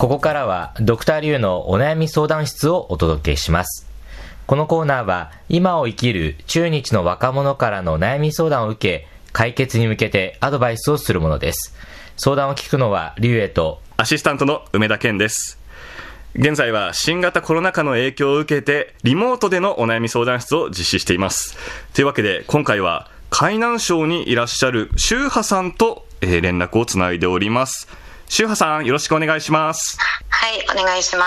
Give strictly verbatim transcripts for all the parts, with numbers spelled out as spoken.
ここからはドクターリュウのお悩み相談室をお届けします。このコーナーは今を生きる中日の若者からの悩み相談を受け、解決に向けてアドバイスをするものです。相談を聞くのはリュウエイとアシスタントの梅田健です。現在は新型コロナ禍の影響を受けてリモートでのお悩み相談室を実施しています。というわけで今回は海南省にいらっしゃる周波さんと、えー、連絡をつないでおります。周波さん、よろしくお願いします。 はい、お願いします。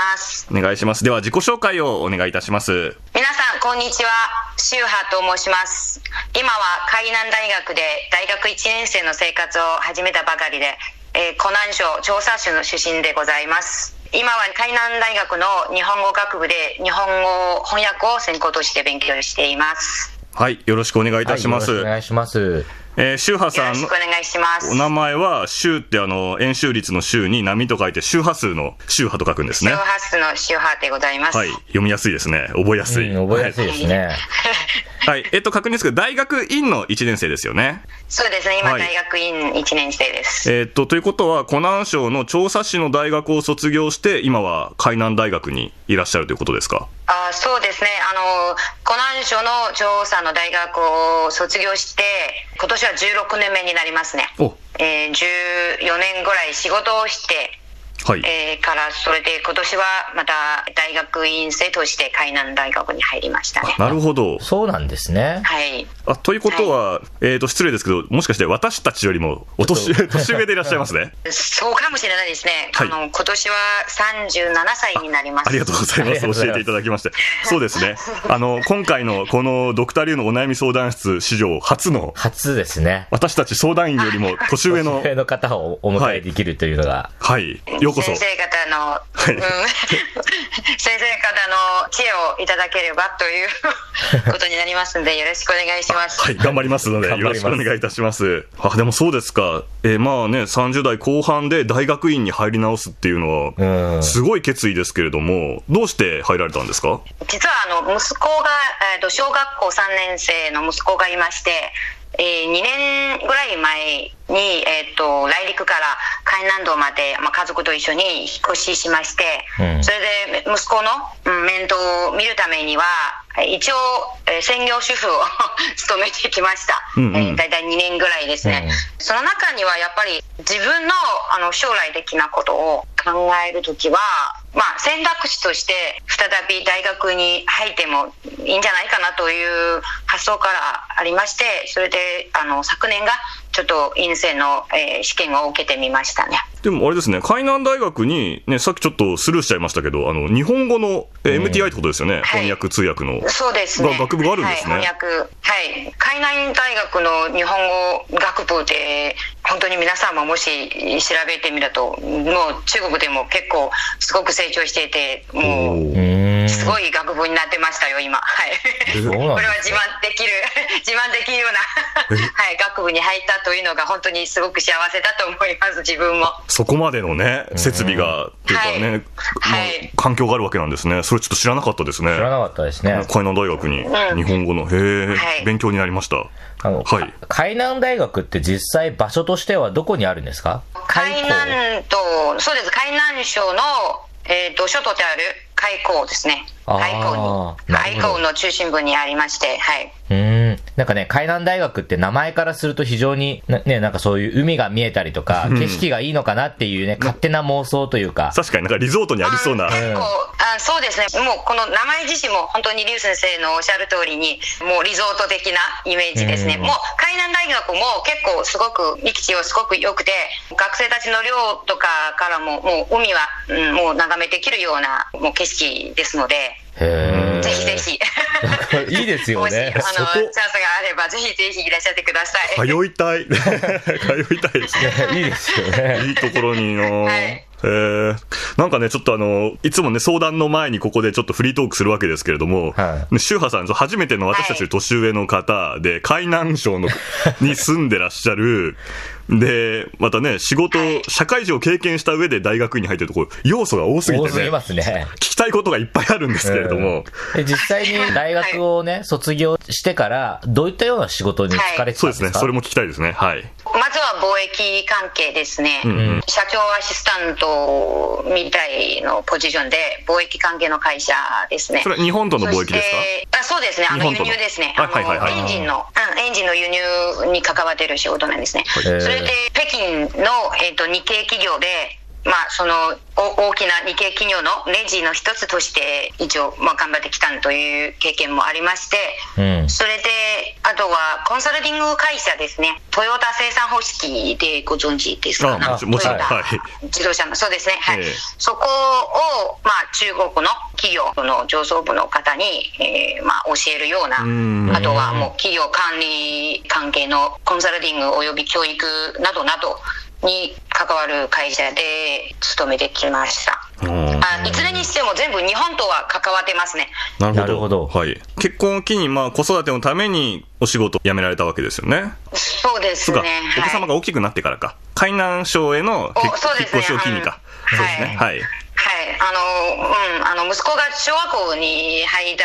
お願いします。では自己紹介をお願いいたします。 皆さんこんにちは、周波と申します。今は海南大学で大学いちねん生の生活を始めたばかりで、えー、湖南省長沙市の出身でございます。今は海南大学の日本語学部で日本語翻訳を専攻として勉強しています。 はい、よろしくお願いいたします。 はい、よろしくお願いします。 えー、周波さんのよろしくお願いします。 お名前は周ってあの円周率の周に波と書いて周波数の周波と書くんですね。 周波数の周波でございます。 はい、読みやすいですね。覚えやすい、 うん、覚えやすいですね。 はい、えっと確認ですけど大学院のいちねん生ですよね。 そうですね、今、はい、大学院いちねん生です。 えー、っとということは湖南省の長沙市の大学を卒業して今は海南大学にいらっしゃるということですか？ あ、そうですね、あの湖南省の長沙の大学を卒業して今年はじゅうろくねんめになりますね。お、えー、じゅうよねんぐらい仕事をして、はい、えー、からそれで今年はまた大学院生として海南大学に入りましたね。 なるほど、 そうなんですね。 はい。 あ、ということは、はい、えーと失礼ですけどもしかして私たちよりもお年年上でいらっしゃいますね。 そうかもしれないですね。はい、あの今年はさんじゅうななさいになります。 あ, ありがとうございます。教えていただきましてそうですね、あの今回のこのドクターリュウのお悩み相談室史上初の初ですね。私たち相談員よりも年上の年上の方をお迎えできるというのが、 はい、はい、ようこそ先生方の、はい、うん、先生方の知恵をいただければということになりますのでよろしくお願いします。 はい、頑張りますのでよろしくお願いいたします。あ、でもそうですか、えー、まあねさんじゅう代後半で大学院に入り直すっていうのはすごい決意ですけれども、どうして入られたんですか？ 実はあの息子が、えー、と小学校さんねん生の息子がいまして、えー、にねんぐらい前に、えー、と内陸から海南道まで、まあ、家族と一緒に引っ越ししまして、うん、それで息子の、うん、面倒を見るためには一応、えー、専業主婦を務めてきました。うんうん、えー、だいたいにねんぐらいですね。うん、その中にはやっぱり自分の、あの将来的なことを考えるときは、まあ、選択肢として再び大学に入ってもいいんじゃないかなという発想からありまして、それであの昨年がちょっと院生の、えー、試験を受けてみましたね。 でもあれですね、海南大学に、ね、さっきちょっとスルーしちゃいましたけど、あの日本語の、えー、エムティーアイ ってことですよね、うん、翻訳通訳の。 そうですね、 学部があるんですね。 はい、翻訳、はい、海南大学の日本語学部で本当に皆さんももし調べてみると、もう中国でも結構すごく成長していて、もうすごい学部になってましたよ今。はい、これは自慢できる自慢できるような、はい、学部に入ったというのが本当にすごく幸せだと思います。自分もそこまでのね設備がっていうかね、はい、まあはい、環境があるわけなんですね。それちょっと知らなかったですね。 知らなかったですね。 海南大学に日本語の、うん、へえ、はい、勉強になりました。 あの、はい、海南大学って実際場所としてはどこにあるんですか？ 海南と、そうです、海南省の、えー、と首都である海口ですね。海口に、海口の中心部にありまして、はい。 うーん、なんかね、海南大学って名前からすると非常にね、なんかそういう海が見えたりとか、景色がいいのかなっていうね、勝手な妄想というか。 確かになんかリゾートにありそうな。 結構、あ、そうですね。もうこの名前自身も本当に劉先生のおっしゃる通りに、もうリゾート的なイメージですね。もう海南大学も結構すごく立地はすごく良くて、学生たちの寮とかからももう海は、うん、もう眺めできるようなもう景色ですので。 へぜひぜひいいですよね。 もしあのチャンスがあればぜひぜひいらっしゃってください。 通いたい通いたいですね。 いいですよね。 いいところにな、はい、えー、なんかねちょっとあのいつもね相談の前にここでちょっとフリートークするわけですけれども、はい、周波さん初めての私たちより年上の方で、はい、海南省のに住んでらっしゃるでまたね仕事、はい、社会人を経験した上で大学院に入ってるところ要素が多すぎてね、 多すぎますね。 聞きたいことがいっぱいあるんですけれども、 うん、実際に大学をね、はい、卒業してからどういったような仕事に就かれてたんですか？ はい、そうですね、それも聞きたいですね。はい、 ままずは貿易関係ですね、うんうん、社長アシスタントみたいのポジションで貿易関係の会社ですね。 それは日本との貿易ですか？ あ、そうですね、あの輸入ですね、あの、はいはいはい、エンジンの、うん、エンジンの輸入に関わっている仕事なんですね、はい、それで北京の、えーと、日系企業で、まあ、その大きな日系企業のレジの一つとして一応、まあ、頑張ってきたという経験もありまして、うん、それであとはコンサルティング会社ですね、トヨタ生産方式でご存知ですか？ あ、もちろん、はい、 自動車の、そうですね、はい、えー、そこを、まあ、中国の企業の上層部の方に、えーまあ、教えるような、あとはもう企業管理関係のコンサルティングおよび教育などなどに関わる会社で勤めてきました。あ、いずれにしても全部日本とは関わってますね。 なるほど、なるほど、はい、結婚を機に、まあ、子育てのためにお仕事を辞められたわけですよね。 そうですね、 お子様が大きくなってからか、海南省への引っ越しを機にか、 そうですね、はい、はい、あの、うん、あの息子が小学校に入った、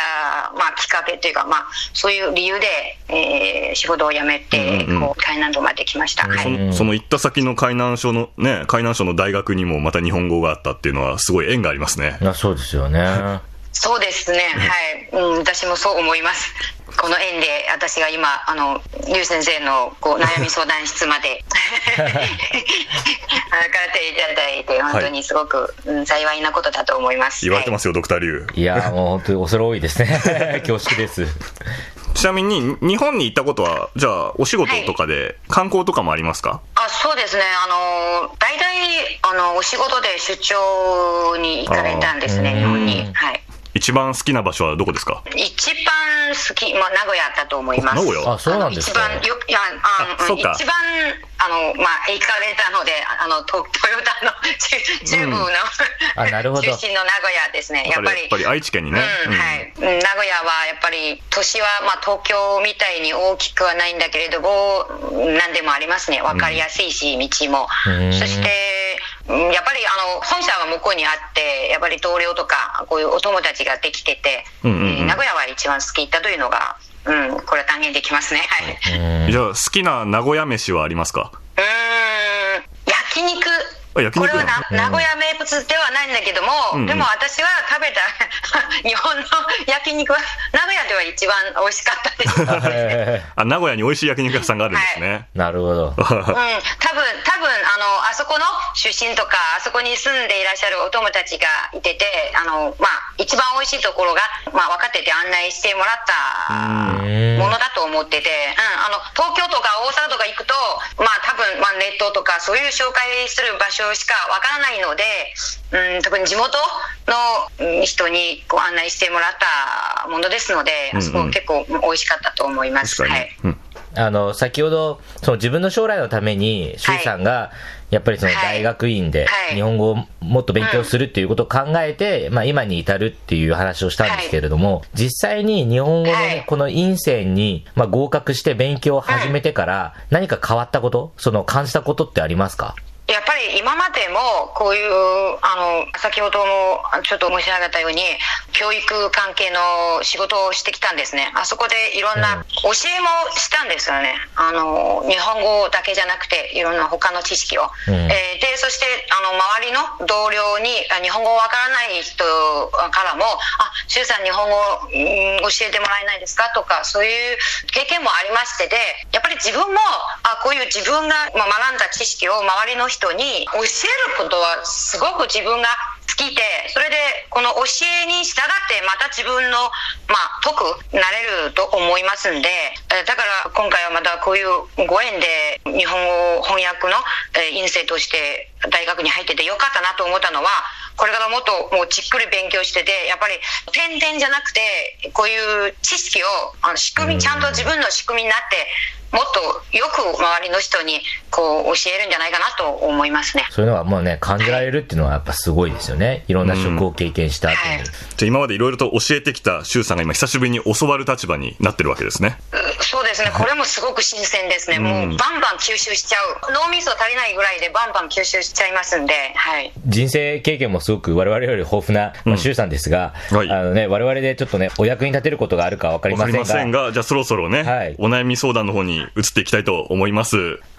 まあ、きっかけというか、まあ、そういう理由で、えー、仕事を辞めて、うんうん、こう海南島まで来ました、うん、はい、 そ, その行った先の海南省の、ね、海南省の大学にもまた日本語があったっていうのはすごい縁がありますね。 そうですよねそうですね、はい、うん、私もそう思います。この縁で私が今あの劉先生のこう悩み相談室まで上がっていただいて本当にすごく、はい、うん、幸いなことだと思います。 言われてますよ、はい、ドクター劉。 いやもう本当に恐れ多いですね恐縮です。 ちなみに日本に行ったことはじゃあお仕事とかで観光とかもありますか？ はい、あ、そうですね、あの大体あのお仕事で出張に行かれたんですね、日本に。はい、 一番好きな場所はどこですか？ 一番好き、まあ、名古屋だと思います。 名古屋？ あ、そうなんですか。 一番よ、いや、あ、あ、一番あの、まあ、行かれたので、あのト, トヨタの中部の、うん、 あ、なるほど、 中心の名古屋ですね。やっぱり、 やっぱり愛知県にね、 うん、はい、名古屋はやっぱり都市は、まあ、東京みたいに大きくはないんだけれども何でもありますね。分かりやすいし、うん、道も、そしてやっぱりあの本社は向こうにあってやっぱり同僚とかこういうお友達ができてて、うんうんうん、えー、名古屋は一番好きだというのが、うん、これは断言できますね。はい。 じゃあ好きな名古屋飯はありますか？ うーん、焼肉。これはな名古屋名物ではないんだけども、うんうん、でも私は食べた日本の焼肉は名古屋では一番美味しかったですあ、名古屋に美味しい焼肉屋さんがあるんですね。はい、 なるほど、うん、多分多分あのあそこの出身とかあそこに住んでいらっしゃるお友達がいてて、あの、まあ、一番美味しいところが、まあ、分かってて案内してもらったものだと思ってて、うん、あの東京とか大阪とか行くと、まあ、多分、まあ、ネットとかそういう紹介する場所しかわからないので、うん、特に地元の人にこう案内してもらったものですので、うんうん、あそこ結構美味しかったと思います。はい、うん、 あの先ほどその自分の将来のために周さんがやっぱりその大学院で日本語をもっと勉強するっていうことを考えて、まあ、今に至るっていう話をしたんですけれども、実際に日本語のこの院生にまあ合格して勉強を始めてから何か変わったこと、その感じたことってありますか？ やっぱり今までもこういうあの先ほどもちょっと申し上げたように教育関係の仕事をしてきたんですね。あそこでいろんな教えもしたんですよね。あの日本語だけじゃなくていろんな他の知識を、うん、えー、でそしてあの周りの同僚に日本語わからない人からもあ、周さん日本語、うん、教えてもらえないですかとかそういう経験もありましてで、やっぱり自分もあこういう自分が学んだ知識を周りの人人に教えることはすごく自分が好きで、それでこの教えに従ってまた自分の、まあ、得なれると思いますんで、だから今回はまたこういうご縁で日本語翻訳の院生として大学に入っててよかったなと思ったのは、これからもっともうじっくり勉強してて、やっぱり点々じゃなくてこういう知識をあの仕組みちゃんと自分の仕組みになってもっとよく周りの人にこう教えるんじゃないかなと思いますね。 そういうのはもうね感じられるっていうのはやっぱすごいですよね。いろんな職を経験した後に、うん、はい、じゃあ今までいろいろと教えてきた周さんが今久しぶりに教わる立場になってるわけですね。 そうですね、これもすごく新鮮ですね、うん、もうバンバン吸収しちゃう、脳みそ足りないぐらいでバンバン吸収しちゃいますんで、はい、 人生経験もすごく我々より豊富な、まあ、周さんですが、うん、はい、あのね、我々でちょっとねお役に立てることがあるか分かりませんが、 分かりませんが、じゃあそろそろね、はい、お悩み相談の方に移っていきたいと思います。 はい、ということ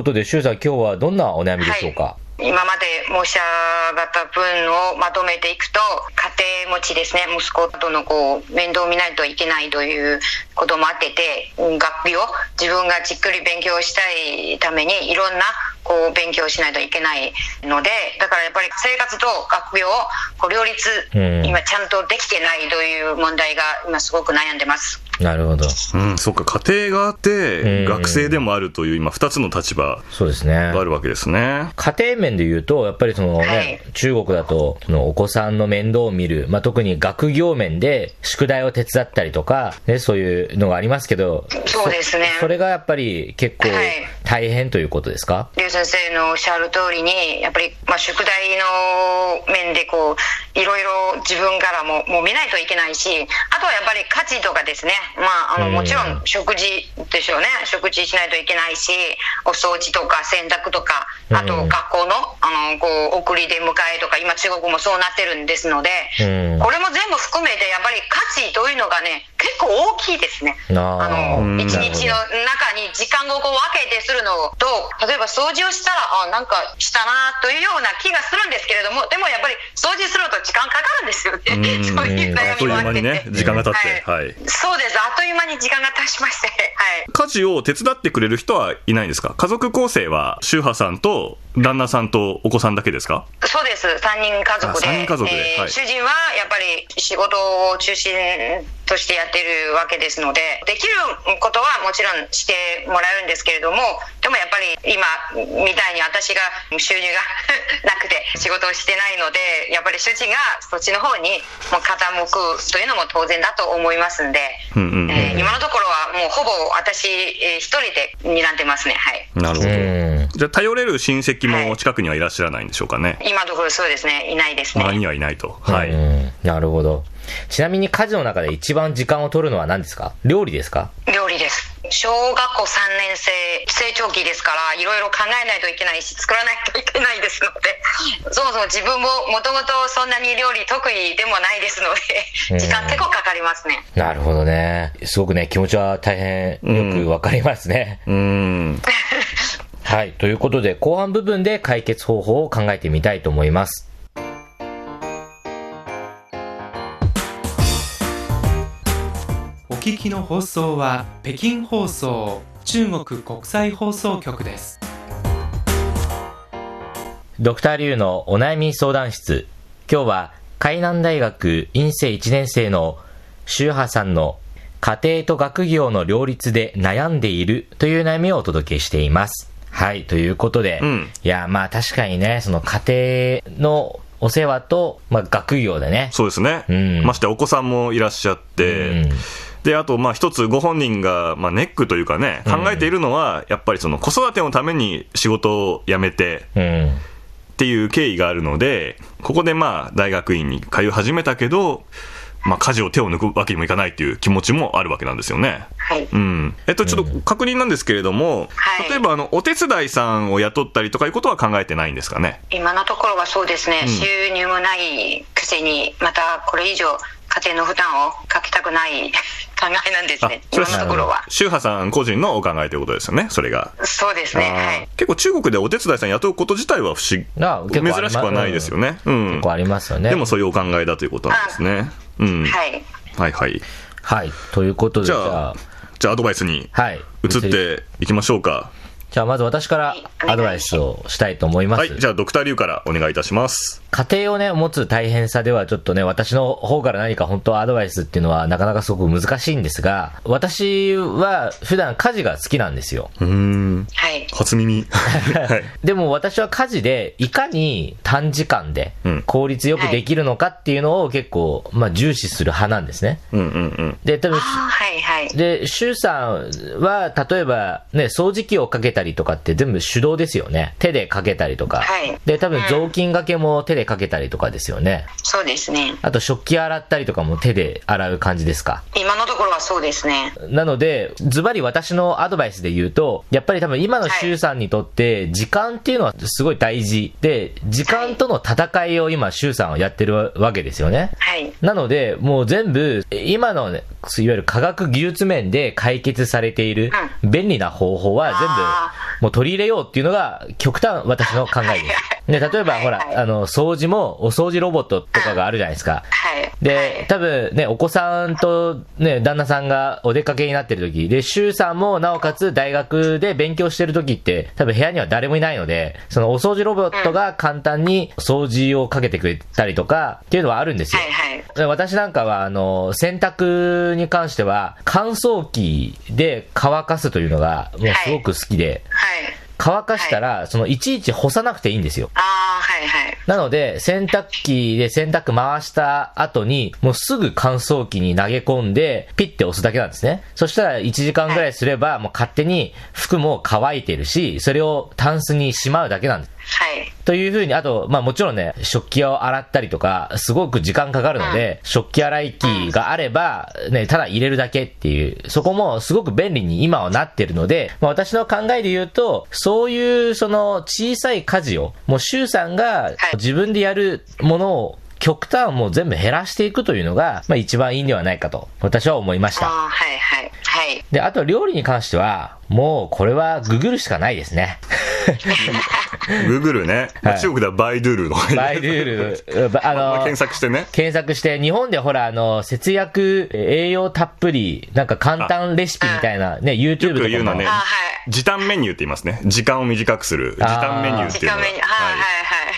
ことで、周さん、今日はどんなお悩みでしょうか。 はい、今まで申し上がった分をまとめていくと、家庭持ちですね、息子とのこう面倒を見ないといけないということもあってて、学費を自分がじっくり勉強したいためにいろんなこう勉強しないといけないので、だからやっぱり生活と学費をこう両立、今ちゃんとできてないという問題が今すごく悩んでます。 なるほど。 うん、そっか、家庭があって学生でもあるという今ふたつの立場があるわけですね。 家庭面でいうとやっぱりその、ね、はい、中国だとそのお子さんの面倒を見る、まあ、特に学業面で宿題を手伝ったりとか、ね、そういうのがありますけど、 そうですね、 そ, それがやっぱり結構大変ということですか。 劉先生のおっしゃる通りにやっぱり、まあ、宿題の面でこういろいろ自分からももう見ないといけないし、あとはやっぱり家事とかですね、まあ、あのもちろん食事でしょうね、食事しないといけないし、お掃除とか洗濯とか、あと学校の、あのこう送り出迎えとか、今中国もそうなってるんですので、これも全部含めてやっぱり家事というのがね結構大きいですね。あの一日の中に時間をこう分けてするのと、例えば掃除をしたらあなんかしたなというような気がするんですけれども、でもやっぱり掃除すると時間かかるんですよね。そういう悩みもあってて、 ね、時間が経って、 はいはい、そうです、あっという間に時間が経ちまして、はい、 家事を手伝ってくれる人はいないんですか。家族構成は周波さんと旦那さんとお子さんだけですか。 そうです、さんにん家族で、 さんにん家族で、 えーはい、主人はやっぱり仕事を中心としてやってるわけですので、できることはもちろんしてもらえるんですけれども、でもやっぱり今みたいに私が収入がなくて仕事をしてないので、やっぱり主人がそっちの方にもう傾くというのも当然だと思いますんで、うんうんうん、えー、今のところはもうほぼ私、えー、一人で担ってますね。はい。 なるほど。じゃあ頼れる親戚も近くにはいらっしゃらないんでしょうかね。 はい、今のところそうですね、いないですね。 周りにはいないと。はい。 なるほど。ちなみに家事の中で一番時間を取るのは何ですか。料理ですか。 料理です。小学校さんねん生成長期ですから、いろいろ考えないといけないし作らないといけないですので、そもそも自分ももともとそんなに料理得意でもないですので、時間結構かかりますね。 なるほどね。すごくね、気持ちは大変よくわかりますね。うん、うんはい、ということで後半部分で解決方法を考えてみたいと思います。 お聞きの放送は北京放送中国国際放送局です。 ドクターリュウのお悩み相談室、今日は海南大学院生いちねん生の周波さんの家庭と学業の両立で悩んでいるという悩みをお届けしています。はい、ということで、うん、いやまあ確かにね、その家庭のお世話と、まあ、学業でね、 そうですね、うん、ましてお子さんもいらっしゃって、うん、であとまあ一つご本人がまあネックというかね、考えているのはやっぱりその子育てのために仕事を辞めて、うん、っていう経緯があるので、ここでまあ大学院に通い始めたけど、まあ、家事を手を抜くわけにもいかないという気持ちもあるわけなんですよね。 はい。 うん。えっと、ちょっと確認なんですけれども、はい、例えば、あの、お手伝いさんを雇ったりとかいうことは考えてないんですかね。 今のところはそうですね。うん、収入もないくせに、またこれ以上、家庭の負担をかけたくない考えなんですね。今のところは。 周波さん個人のお考えということですよね、それが。 そうですね。はい。 結構中国でお手伝いさん雇うこと自体は不思議、珍しくはないですよね。うん。 結構ありますよね。 でもそういうお考えだということなんですね。うん。 はい。 はいはい。 はい。ということで、 じゃあ、じゃあアドバイスに移っていきましょうか。 じゃあまず私からアドバイスをしたいと思います。 はい。じゃあドクターリュウからお願いいたします。 家庭をね、持つ大変さではちょっとね、私の方から何か本当はアドバイスっていうのはなかなかすごく難しいんですが、私は普段家事が好きなんですよ。 うーん。 はい。 初耳。 はい。でも私は家事でいかに短時間で効率よくできるのかっていうのを結構、まあ重視する派なんですね。 うんうんうん。 で、多分、 はいはい。 で、周さんは例えばね、掃除機をかけたりとかって全部手動ですよね。手でかけたりとか。 はい。 で、多分雑巾がけも手でかけたりとかですよね。 そうですね。 あと食器洗ったりとかも手で洗う感じですか。 今のところはそうですね。 なので、ズバリ私のアドバイスで言うと、やっぱり多分今の周さんにとって時間っていうのはすごい大事で、時間との戦いを今周さんはやってるわけですよね。 はい。 なので、もう全部今のね、いわゆる科学技術面で解決されている便利な方法は全部もう取り入れようっていうのが極端私の考えです。で、例えば、ほら、あの、掃除も、お掃除ロボットとかがあるじゃないですか。で、多分ね、お子さんとね、旦那さんがお出かけになってる時で、周さんもなおかつ大学で勉強してる時って、多分部屋には誰もいないので、そのお掃除ロボットが簡単に掃除をかけてくれたりとか、っていうのはあるんですよ。で私なんかは、あの、洗濯に関しては、乾燥機で乾かすというのが、もうすごく好きで、乾かしたら、そのいちいち干さなくていいんですよ。 ああ、はいはい。 なので、洗濯機で洗濯回した後に、もうすぐ乾燥機に投げ込んで、ピッて押すだけなんですね。そしたらいちじかんぐらいすれば、もう勝手に服も乾いてるし、それをタンスにしまうだけなんです。 はい。 というふうに、あと、まあもちろんね、食器を洗ったりとか、すごく時間かかるので、うん、食器洗い機があれば、ね、ただ入れるだけっていう、そこもすごく便利に今はなってるので、まあ私の考えで言うと、そういうその小さい家事を、もう周さんが自分でやるものを、極端もう全部減らしていくというのが、まあ一番いいんではないかと、私は思いました。 あはいはい。はい。 で、あと料理に関しては、もうこれはググるしかないですね。 ググルね、はい、中国ではバイドゥールのバイドゥールあの検索してね検索して日本でほらあの節約栄養たっぷりなんか簡単レシピみたいなね YouTube とかもよく言うのね時短メニューって言いますね。時間を短くする時短メニューっていうのは、はいはいはい、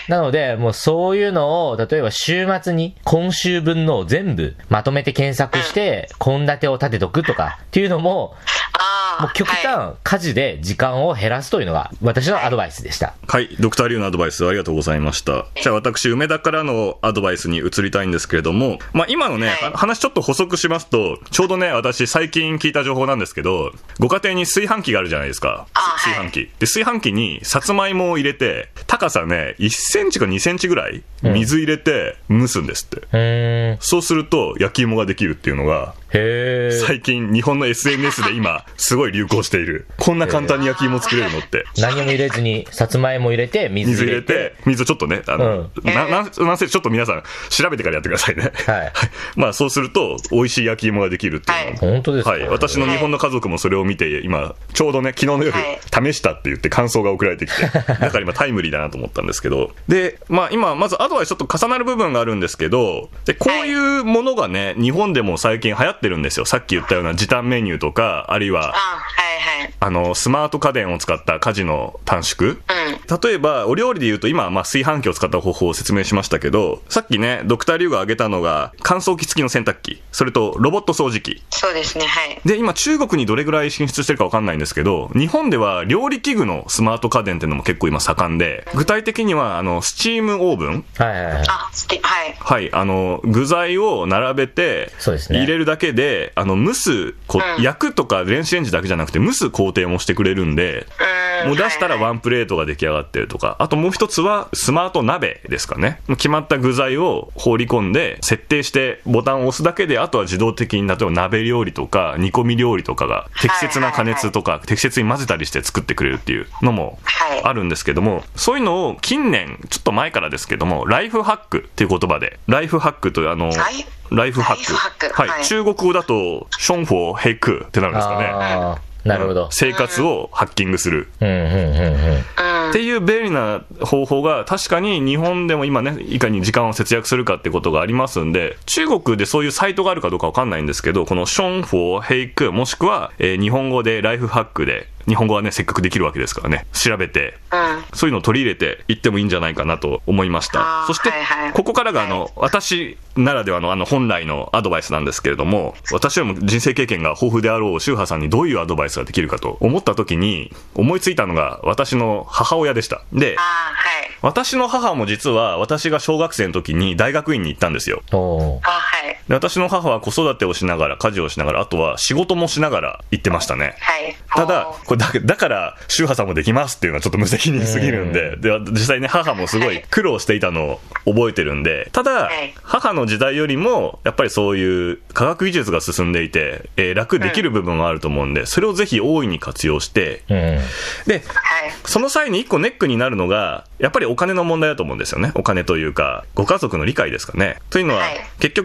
なのでもうそういうのを例えば週末に今週分のを全部まとめて検索して献立を立てとくとかっていうのももう極端家事で時間を減らすというのが私のアドバイスでした。 はい、ドクターリュウのアドバイスありがとうございました。じゃあ私梅田からのアドバイスに移りたいんですけれども、まあ今のね、はい、話ちょっと補足しますと、ちょうどね私最近聞いた情報なんですけど、ご家庭に炊飯器があるじゃないですか。炊飯器、はい、で炊飯器にさつまいもを入れて高さねいっセンチかにセンチぐらい水入れて蒸すんですって、うん、そうすると焼き芋ができるっていうのがへ最近日本の エスエヌエス で今すごい流行している。こんな簡単に焼き芋作れるのって何も入れずにさつまいも入れて水入れて 水, 入れて水ちょっとねあの、うん、ななんせちょっと皆さん調べてからやってくださいね、はい、まあそうすると美味しい焼き芋ができるっていうの、 はい、本当ですか、 はい、私の日本の家族もそれを見て今ちょうどね昨日の夜、はい、試したって言って感想が送られてきてだから今タイムリーだなと思ったんですけどでまあ今まずアドバイスちょっと重なる部分があるんですけどでこういうものがね日本でも最近流行ってるんですよ。さっき言ったような時短メニューとかあるいは あ,、はいはい、あのスマート家電を使った家事の短縮、うん、例えばお料理で言うと今、まあ、炊飯器を使った方法を説明しましたけどさっきねドクターリュウが挙げたのが乾燥機付きの洗濯機それとロボット掃除機そうですねはいで今中国にどれぐらい進出してるか分かんないんですけど日本では料理器具のスマート家電っていうのも結構今盛んで具体的にはあのスチームオーブンはいはいはい、 あはい、 はい、あの具材を並べて入れるだけであの蒸すこ、うん、焼くとか電子レンジだけじゃなくて蒸す工程もしてくれるんで、うん、もう出したらワンプレートが出来上がってるとか、はいはい、あともう一つはスマート鍋ですかね。決まった具材を放り込んで設定してボタンを押すだけであとは自動的に例えば鍋料理とか煮込み料理とかが適切な加熱とか、はいはいはい、適切に混ぜたりして作ってくれるっていうのもあるんですけども、はい、そういうのを近年ちょっと前からですけどもライフハックっていう言葉でライフハックというあの、はいライフハック、はいはい、中国語だとションフォーヘイクってなるんですかね。 あなるほど、 生活をハッキングする、 うんうんうんうん、 っていう便利な方法が確かに日本でも今ねいかに時間を節約するかってことがありますんで中国でそういうサイトがあるかどうかわかんないんですけどこのションフォーヘイクもしくは、えー、日本語でライフハックで日本語はねせっかくできるわけですからね調べて、うん、そういうのを取り入れていってもいいんじゃないかなと思いました。そして、はいはい、ここからがあの、はい、私ならではのあの本来のアドバイスなんですけれども私よりも人生経験が豊富であろう周波さんにどういうアドバイスができるかと思った時に思いついたのが私の母親でした。で、 あ、はい、 私の母も実は私が小学生の時に大学院に行ったんですよ。 おあ、はい、 で私の母は子育てをしながら家事をしながらあとは仕事もしながら行ってましたね、 はい、 ただこれ だ, だから周波さんもできますっていうのはちょっと無責任すぎるんで、で実際ね母もすごい苦労していたのを覚えてるんでただ、はい、母の時代よりもやっぱりそういう科学技術が進んでいて、えー、楽できる部分があると思うんでそれをぜひ大いに活用して、うん、で、はい、その際に一個ネックになるのがやっぱりお金の問題だと思うんですよね。お金というかご家族の理解ですかね。というのは、はい、結局も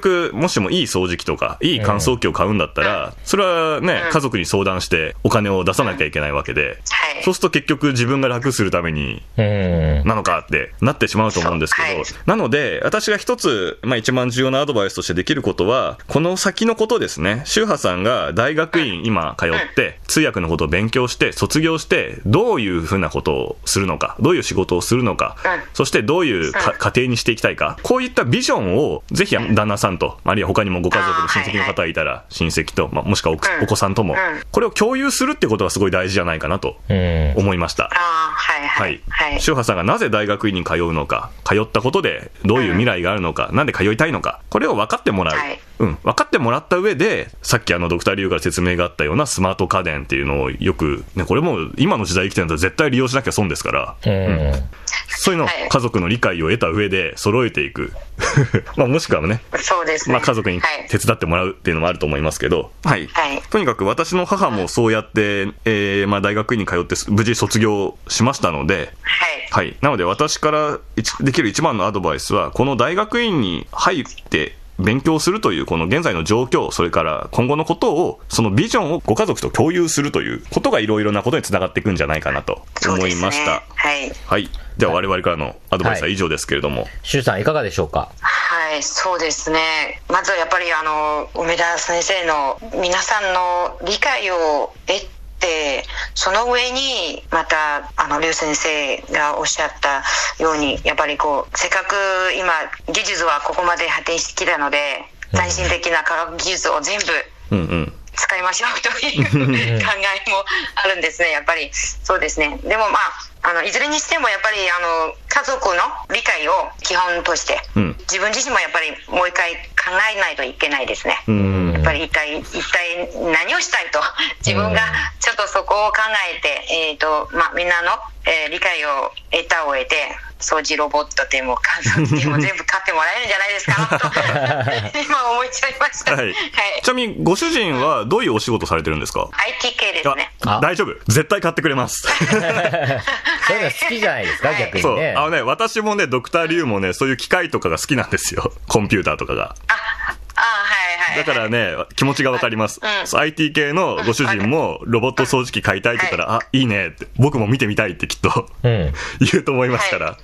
もしもいい掃除機とかいい乾燥機を買うんだったら、それはね、家族に相談してお金を出さなきゃいけないわけで、そうすると結局自分が楽するためになのかってなってしまうと思うんですけど、なので私が一つ、まあ、一番重要なアドバイスとしてできることは、この先のことですね。周波さんが大学院今通って通訳のことを勉強して卒業してどういうふうなことをするのか、どういう仕事をするのか、そしてどういうか家庭にしていきたいか、こういったビジョンをぜひ旦那さんと、あるいは他にもご家族の親戚の方がいたら親戚と、まあ、もしくは お, お子さんともこれを共有するってことがすごい大事じゃないかなと思いました。はいはい、周波さんがなぜ大学院に通うのか、通ったことでどういう未来があるのか、なんで通いたいのか、これを分かってもらう、うん、分かってもらった上で、さっきあのドクターリュウから説明があったようなスマート家電っていうのをよく、ね、これも今の時代生きてるんだったら絶対利用しなきゃ損ですから、うん、そういうのを家族の理解を得た上で揃えていくまあもしくはね、 そうですね、 まあ、家族に手伝ってもらうっていうのもあると思いますけど、はいはい、とにかく私の母もそうやって、えーまあ、大学院に通って無事卒業しましたので、はいはい、なので私からできる一番のアドバイスは、この大学院に入って勉強するというこの現在の状況、それから今後のことを、そのビジョンをご家族と共有するということがいろいろなことにつながっていくんじゃないかなと思いました。ね、はい、はい、では我々からのアドバイスは以上ですけれども、はい、 周さんいかがでしょうか。 はい、そうですね、まずはやっぱりあの梅田先生の皆さんの理解を得て、その上にまたあの劉先生がおっしゃったように、やっぱりこうせっかく今技術はここまで発展してきたので、最新的な科学技術を全部使いましょうという考えもあるんですね。やっぱりそうですね。でもまあ、あのいずれにしてもやっぱりあの家族の理解を基本として、うん、自分自身もやっぱりもう一回考えないといけないですね。うん、やっぱり一体一体何をしたいと、自分がちょっとそこを考えて、えーとまあ、みんなの、えー、理解を得たを得て、掃除ロボットでも乾燥機でも全部買ってもらえるんじゃないですかと今思いちゃいました、はいはい、 ちなみにご主人はどういうお仕事されてるんですか。 アイティー 系ですね。 大丈夫、絶対買ってくれますそういうの好きじゃないですか、はい、逆にね。 そうあのね、私もねドクターリュウもねそういう機械とかが好きなんですよ、コンピューターとかが。 ああ、はいはい、 だからね気持ちが分かります、はい、うん、アイティー 系のご主人もロボット掃除機買いたいって言ったら、はい、あいいねって、僕も見てみたいってきっと、うん、言うと思いますから、はい、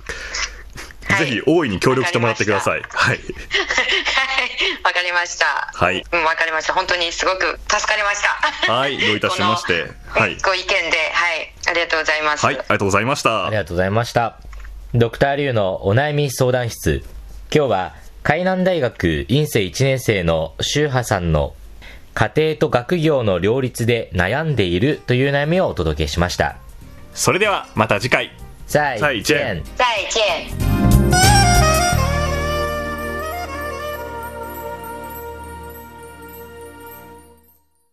ぜひ大いに協力してもらってください。はいわかりました。 はい、 うん、わかりました。本当にすごく助かりました。 はい、どういたしまして。はい、 ご意見で、はい、ありがとうございます。 はい、ありがとうございました。 ありがとうございました。ドクターリュウのお悩み相談室。今日は海南大学院生いちねん生の周波さんの家庭と学業の両立で悩んでいるという悩みをお届けしました。 それではまた次回。 再见。 再见。